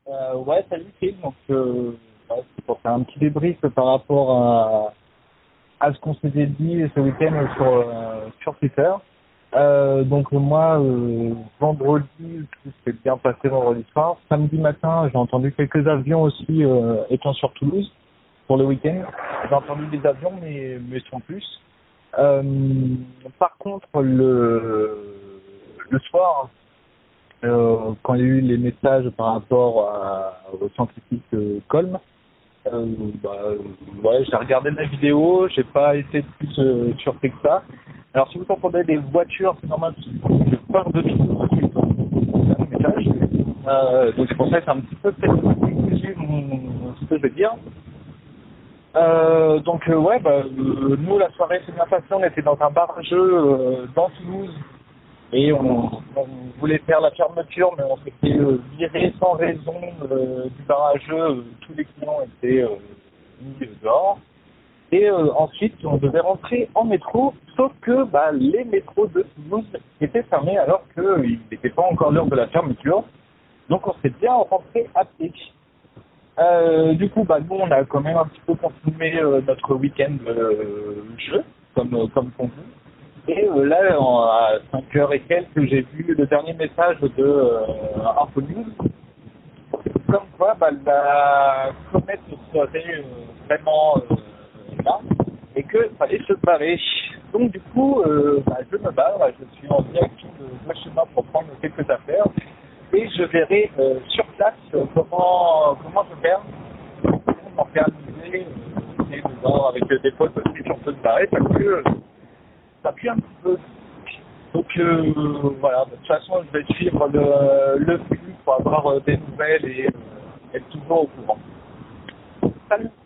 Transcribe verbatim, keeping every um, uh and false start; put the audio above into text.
Euh, ouais, salut Phil. Donc, euh, ouais, c'est pour faire un petit débrief par rapport à, à ce qu'on s'était dit ce week-end sur, euh, sur Twitter. Euh, donc moi, euh, vendredi, tout s'est bien passé vendredi soir. Samedi matin, j'ai entendu quelques avions aussi euh, étant sur Toulouse pour le week-end. J'ai entendu des avions, mais, mais sans plus. Euh, par contre, le, le soir, Euh, quand il y a eu les messages par rapport à, au scientifique euh, Colm, euh, bah, euh, ouais, j'ai regardé la vidéo, j'ai pas été plus euh, surpris que ça. Alors si vous entendez des voitures, c'est normal, je pars de tout un message. Euh, donc c'est pour ça que c'est un petit peu peut-être exclusif mon ce que je veux dire. Euh, donc euh, ouais, bah, euh, nous la soirée s'est bien passée, on était dans un bar à jeu euh, dans Toulouse. Et on, on voulait faire la fermeture, mais on s'était euh, viré sans raison euh, du barrage. Euh, tous les clients étaient euh, mis euh, dehors. Et euh, ensuite, on devait rentrer en métro, sauf que bah, les métros de Toulouse étaient fermés alors qu'il n'était pas encore l'heure de la fermeture. Donc on s'est bien rentré à pied. Euh, du coup, bah, nous, on a quand même un petit peu continué euh, notre week-end euh, jeu, comme, euh, comme convenu. Et euh, là, en, à cinq heures et quelques, j'ai vu le dernier message de euh, Info News, comme quoi bah, la comète serait euh, vraiment euh, là, et qu'il fallait se barrer. Donc du coup, euh, bah, je me barre, je suis en direction de ma chemin pour prendre quelques affaires, et je verrai euh, sur place euh, comment, comment je faire, pour organiser, euh, et dedans, avec euh, des potes aussi, si on peut se barrer, parce que euh, ça pue un petit peu. Donc euh, voilà, de toute façon je vais suivre le, le flux pour avoir euh, des nouvelles et euh, être toujours au courant. Salut.